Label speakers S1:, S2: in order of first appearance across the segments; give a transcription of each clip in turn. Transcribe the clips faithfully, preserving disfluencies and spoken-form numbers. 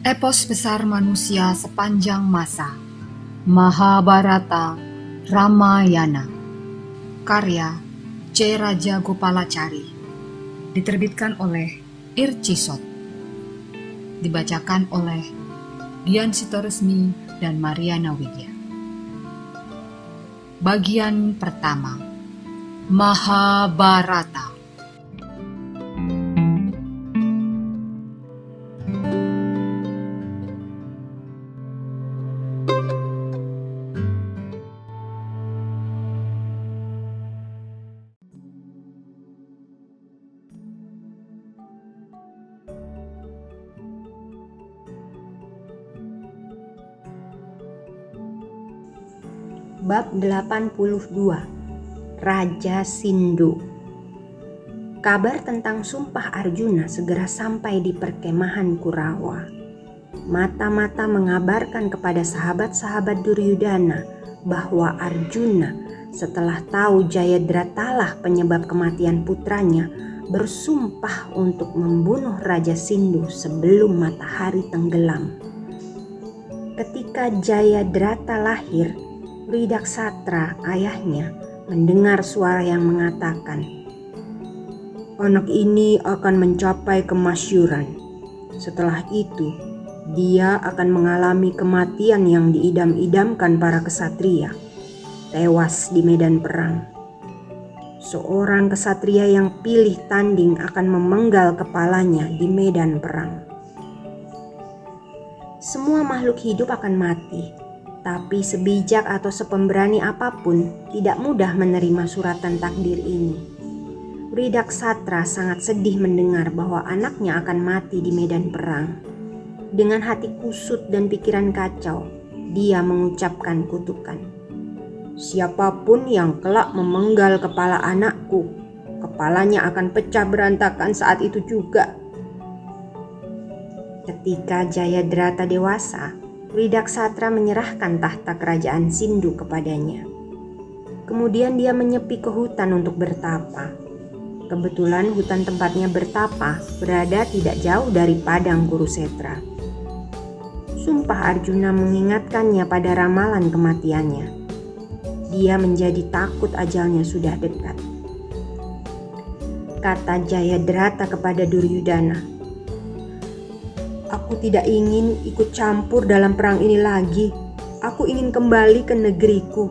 S1: Epos besar manusia sepanjang masa, Mahabharata Ramayana, karya C. Raja Gopalachari, diterbitkan oleh Ircisot, dibacakan oleh Dian Sitoresmi dan Mariana Widya. Bagian pertama, Mahabharata.
S2: Bab delapan puluh dua. Raja Sindhu. Kabar tentang sumpah Arjuna segera sampai di perkemahan Kurawa. Mata-mata mengabarkan kepada sahabat-sahabat Duryudana bahwa Arjuna setelah tahu Jayadratalah penyebab kematian putranya, bersumpah untuk membunuh Raja Sindhu sebelum matahari tenggelam. Ketika Jayadrata lahir, Wridaksatra, ayahnya, mendengar suara yang mengatakan, "Anak ini akan mencapai kemasyhuran. Setelah itu, dia akan mengalami kematian yang diidam-idamkan para kesatria, tewas di medan perang. Seorang kesatria yang pilih tanding akan memenggal kepalanya di medan perang." Semua makhluk hidup akan mati. Tapi sebijak atau sepemberani apapun tidak mudah menerima suratan takdir ini. Wridaksatra sangat sedih mendengar bahwa anaknya akan mati di medan perang. Dengan hati kusut dan pikiran kacau, dia mengucapkan kutukan. "Siapapun yang kelak memenggal kepala anakku, kepalanya akan pecah berantakan saat itu juga." Ketika Jayadrata dewasa, Wridaksatra menyerahkan tahta kerajaan Sindhu kepadanya. Kemudian dia menyepi ke hutan untuk bertapa. Kebetulan hutan tempatnya bertapa berada tidak jauh dari padang Kurusetra. Sumpah Arjuna mengingatkannya pada ramalan kematiannya. Dia menjadi takut ajalnya sudah dekat. Kata Jayadrata kepada Duryudana, "Aku tidak ingin ikut campur dalam perang ini lagi. Aku ingin kembali ke negeriku."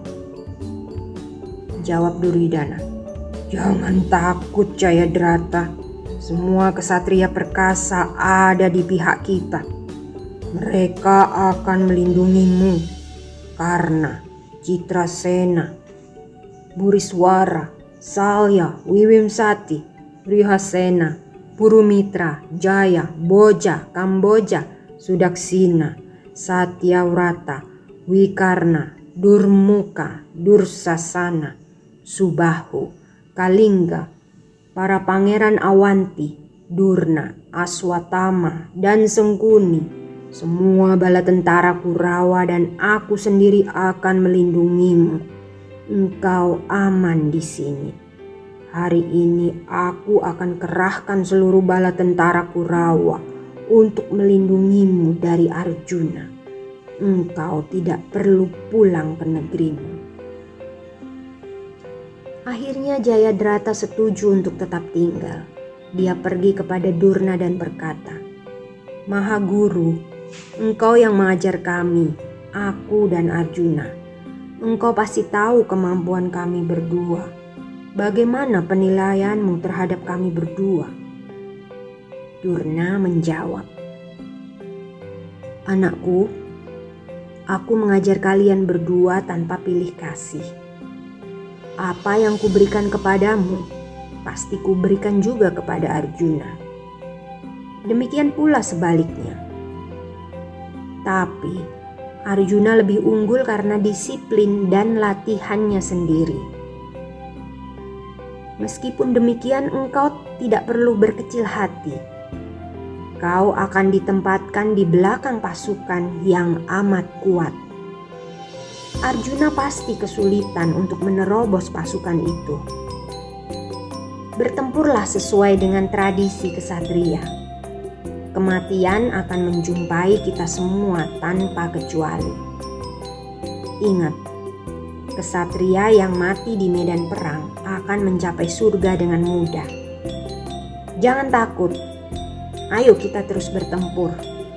S2: Jawab Duryudana, "Jangan takut Jayadrata. Semua kesatria perkasa ada di pihak kita. Mereka akan melindungimu karena Citrasena, Buriswara, Salya, Wiwimsati, Brihasena, Purumitra, Jaya, Boja, Kamboja, Sudaksina, Satyavrata, Wikarna, Durmuka, Dursasana, Subahu, Kalingga, para pangeran Awanti, Durna, Aswatama, dan Sengkuni, semua bala tentara Kurawa dan aku sendiri akan melindungimu. Engkau aman di sini. Hari ini aku akan kerahkan seluruh bala tentara Kurawa untuk melindungimu dari Arjuna. Engkau tidak perlu pulang ke negerimu." Akhirnya Jayadrata setuju untuk tetap tinggal. Dia pergi kepada Durna dan berkata, "Mahaguru, engkau yang mengajar kami, aku dan Arjuna. Engkau pasti tahu kemampuan kami berdua. Bagaimana penilaianmu terhadap kami berdua?" Durna menjawab, "Anakku, aku mengajar kalian berdua tanpa pilih kasih. Apa yang kuberikan kepadamu, pasti kuberikan juga kepada Arjuna. Demikian pula sebaliknya. Tapi Arjuna lebih unggul karena disiplin dan latihannya sendiri. Meskipun demikian, engkau tidak perlu berkecil hati. Kau akan ditempatkan di belakang pasukan yang amat kuat. Arjuna pasti kesulitan untuk menerobos pasukan itu. Bertempurlah sesuai dengan tradisi kesatria. Kematian akan menjumpai kita semua tanpa kecuali. Ingat, kesatria yang mati di medan perang akan mencapai surga dengan mudah. Jangan takut, ayo kita terus bertempur.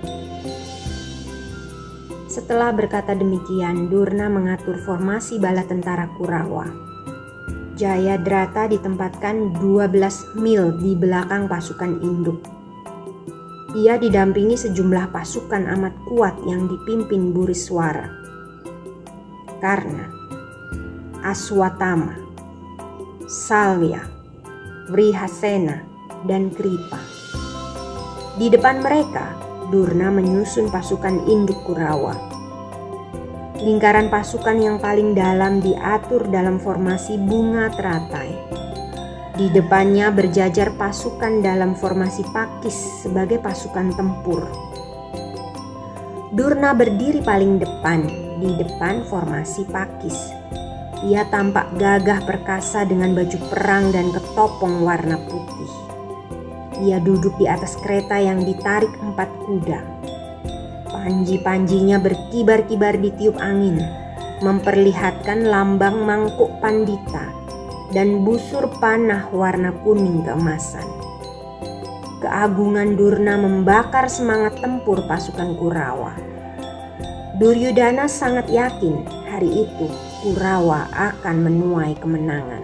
S2: Setelah berkata demikian, Durna mengatur formasi bala tentara Kurawa. Jayadrata ditempatkan dua belas mil di belakang pasukan induk. Ia didampingi sejumlah pasukan amat kuat yang dipimpin Buriswara. Karna, Aswatama, Salya, Vrihasena, dan Kripa. Di depan mereka, Durna menyusun pasukan induk Kurawa. Lingkaran pasukan yang paling dalam diatur dalam formasi bunga teratai. Di depannya berjajar pasukan dalam formasi pakis sebagai pasukan tempur. Durna berdiri paling depan di depan formasi pakis. Ia tampak gagah perkasa dengan baju perang dan ketopong warna putih. Ia duduk di atas kereta yang ditarik empat kuda. Panji-panjinya berkibar-kibar ditiup angin, memperlihatkan lambang mangkuk pandita dan busur panah warna kuning keemasan. Keagungan Durna membakar semangat tempur pasukan Kurawa. Duryudana sangat yakin hari itu Kurawa akan menuai kemenangan.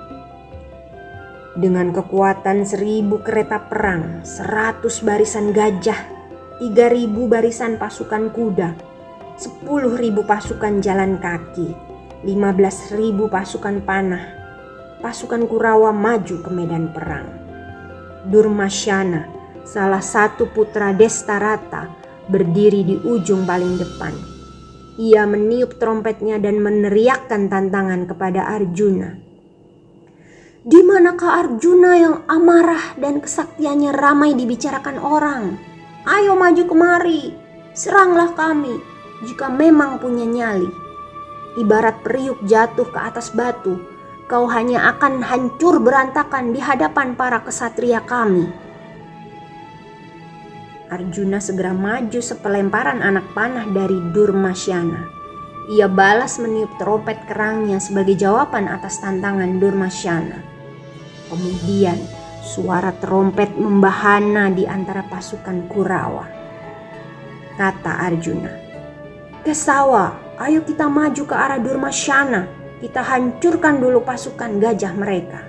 S2: Dengan kekuatan seribu kereta perang, seratus barisan gajah, tiga ribu barisan pasukan kuda, sepuluh ribu pasukan jalan kaki, lima belas ribu pasukan panah, pasukan Kurawa maju ke medan perang. Durmasyana, salah satu putra Destarata, berdiri di ujung paling depan. Ia meniup trompetnya dan meneriakkan tantangan kepada Arjuna. Di manakah Arjuna yang amarah dan kesaktiannya ramai dibicarakan orang? Ayo maju kemari, seranglah kami jika memang punya nyali. Ibarat periuk jatuh ke atas batu, kau hanya akan hancur berantakan di hadapan para kesatria kami. Arjuna segera maju sepelemparan anak panah dari Durmasyana. Ia balas meniup trompet kerangnya sebagai jawaban atas tantangan Durmasyana. Kemudian suara trompet membahana di antara pasukan Kurawa. Kata Arjuna, "Kesawa, ayo kita maju ke arah Durmasyana. Kita hancurkan dulu pasukan gajah mereka."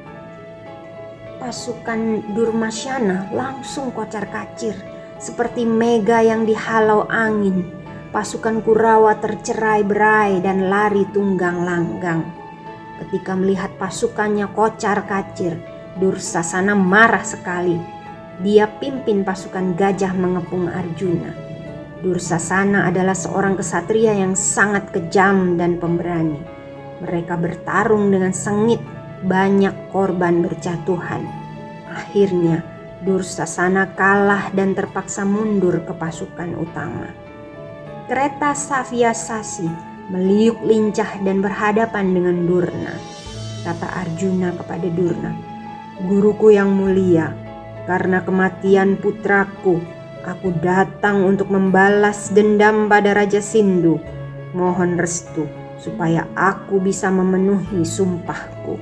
S2: Pasukan Durmasyana langsung kocar-kacir seperti mega yang dihalau angin. Pasukan Kurawa tercerai-berai dan lari tunggang langgang. Ketika melihat pasukannya kocar-kacir, Dursasana marah sekali. Dia pimpin pasukan gajah mengepung Arjuna. Dursasana adalah seorang kesatria yang sangat kejam dan pemberani. Mereka bertarung dengan sengit, banyak korban berjatuhan. Akhirnya Dursasana kalah dan terpaksa mundur ke pasukan utama. Kereta Savyasasi meliuk lincah dan berhadapan dengan Durna. Kata Arjuna kepada Durna, "Guruku yang mulia, karena kematian putraku, aku datang untuk membalas dendam pada Raja Sindhu. Mohon restu supaya aku bisa memenuhi sumpahku."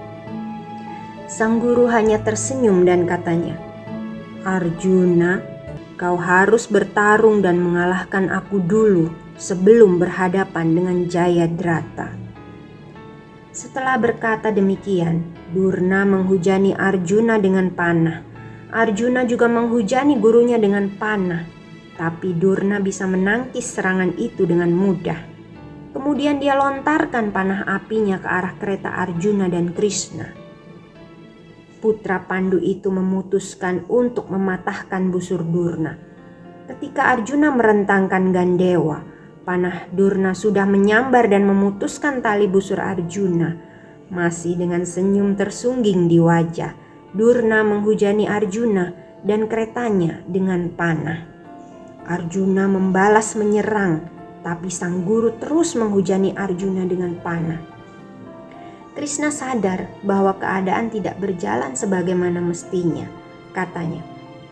S2: Sang guru hanya tersenyum dan katanya, "Arjuna, kau harus bertarung dan mengalahkan aku dulu sebelum berhadapan dengan Jayadrata." Setelah berkata demikian, Durna menghujani Arjuna dengan panah. Arjuna juga menghujani gurunya dengan panah, tapi Durna bisa menangkis serangan itu dengan mudah. Kemudian dia lontarkan panah apinya ke arah kereta Arjuna dan Krishna. Putra Pandu itu memutuskan untuk mematahkan busur Durna. Ketika Arjuna merentangkan Gandewa, panah Durna sudah menyambar dan memutuskan tali busur Arjuna. Masih dengan senyum tersungging di wajah, Durna menghujani Arjuna dan keretanya dengan panah. Arjuna membalas menyerang, tapi sang guru terus menghujani Arjuna dengan panah. Krishna sadar bahwa keadaan tidak berjalan sebagaimana mestinya. Katanya,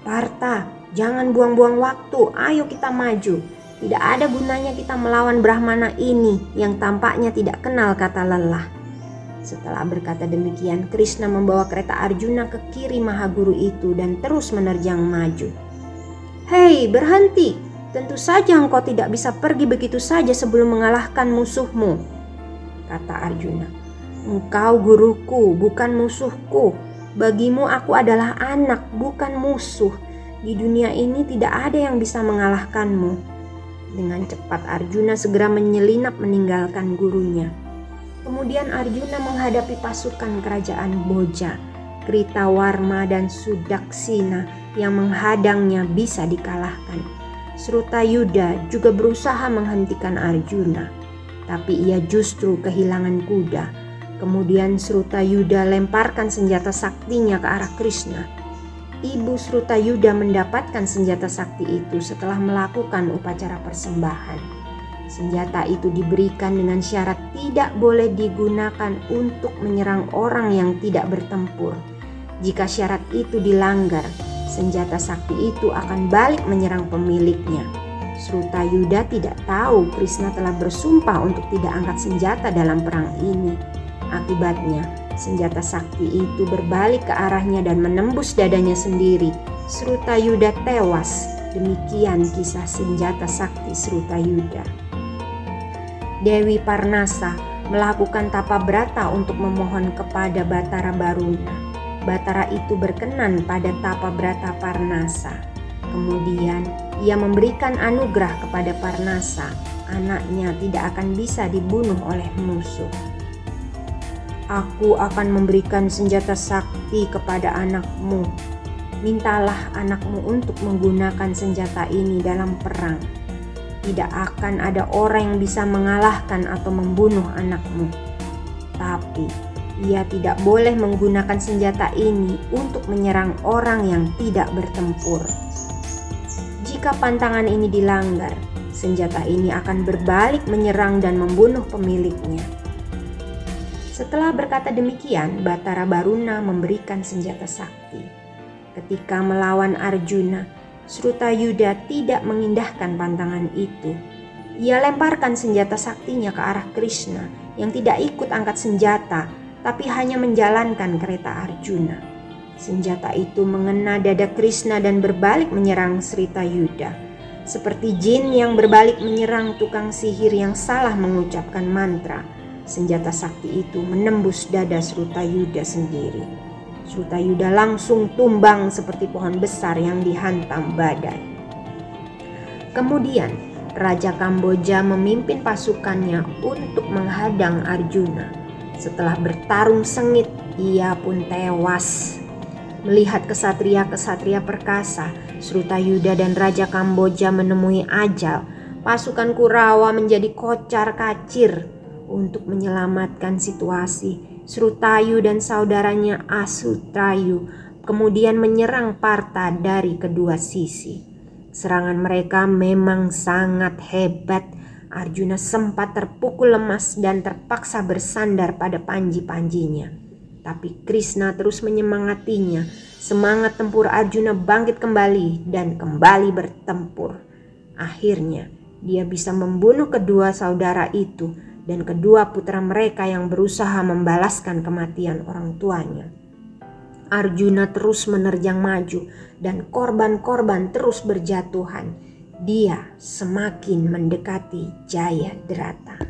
S2: "Partha, jangan buang-buang waktu, ayo kita maju. Tidak ada gunanya kita melawan Brahmana ini yang tampaknya tidak kenal kata lelah." Setelah berkata demikian, Krishna membawa kereta Arjuna ke kiri Mahaguru itu dan terus menerjang maju. "Hei, berhenti! Tentu saja engkau tidak bisa pergi begitu saja sebelum mengalahkan musuhmu," kata Arjuna. "Engkau guruku, bukan musuhku. Bagimu aku adalah anak, bukan musuh. Di dunia ini tidak ada yang bisa mengalahkanmu." Dengan cepat Arjuna segera menyelinap meninggalkan gurunya. Kemudian Arjuna menghadapi pasukan kerajaan Boja, Kritawarma dan Sudaksina yang menghadangnya bisa dikalahkan. Srutayuda juga berusaha menghentikan Arjuna, tapi ia justru kehilangan kuda. Kemudian Srutayuda lemparkan senjata saktinya ke arah Krishna. Ibu Srutayuda mendapatkan senjata sakti itu setelah melakukan upacara persembahan. Senjata itu diberikan dengan syarat tidak boleh digunakan untuk menyerang orang yang tidak bertempur. Jika syarat itu dilanggar, senjata sakti itu akan balik menyerang pemiliknya. Srutayuda tidak tahu Krishna telah bersumpah untuk tidak angkat senjata dalam perang ini. Akibatnya, senjata sakti itu berbalik ke arahnya dan menembus dadanya sendiri. Srutayuda tewas. Demikian kisah senjata sakti Srutayuda. Dewi Parnasa melakukan tapa brata untuk memohon kepada Batara Baruna. Batara itu berkenan pada tapa brata Parnasa. Kemudian ia memberikan anugerah kepada Parnasa, anaknya tidak akan bisa dibunuh oleh musuh. "Aku akan memberikan senjata sakti kepada anakmu. Mintalah anakmu untuk menggunakan senjata ini dalam perang. Tidak akan ada orang yang bisa mengalahkan atau membunuh anakmu. Tapi ia tidak boleh menggunakan senjata ini untuk menyerang orang yang tidak bertempur. Jika pantangan ini dilanggar, senjata ini akan berbalik menyerang dan membunuh pemiliknya." Setelah berkata demikian, Batara Baruna memberikan senjata sakti. Ketika melawan Arjuna, Srutayuda tidak mengindahkan pantangan itu. Ia lemparkan senjata saktinya ke arah Krishna yang tidak ikut angkat senjata, tapi hanya menjalankan kereta Arjuna. Senjata itu mengena dada Krishna dan berbalik menyerang Srutayuda. Seperti jin yang berbalik menyerang tukang sihir yang salah mengucapkan mantra, senjata sakti itu menembus dada Srutayuda sendiri. Srutayuda langsung tumbang seperti pohon besar yang dihantam badai. Kemudian Raja Kamboja memimpin pasukannya untuk menghadang Arjuna. Setelah bertarung sengit, ia pun tewas. Melihat kesatria-kesatria perkasa, Srutayuda dan Raja Kamboja menemui ajal. Pasukan Kurawa menjadi kocar-kacir. Untuk menyelamatkan situasi, Srutayu dan saudaranya Asutrayu kemudian menyerang Partha dari kedua sisi. Serangan mereka memang sangat hebat. Arjuna sempat terpukul lemas dan terpaksa bersandar pada panji-panjinya. Tapi Krishna terus menyemangatinya. Semangat tempur Arjuna bangkit kembali dan kembali bertempur. Akhirnya dia bisa membunuh kedua saudara itu dan kedua putra mereka yang berusaha membalaskan kematian orang tuanya. Arjuna terus menerjang maju dan korban-korban terus berjatuhan. Dia semakin mendekati Jayadrata.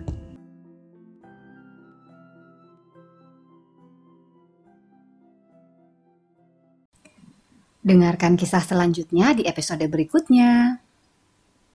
S1: Dengarkan kisah selanjutnya di episode berikutnya.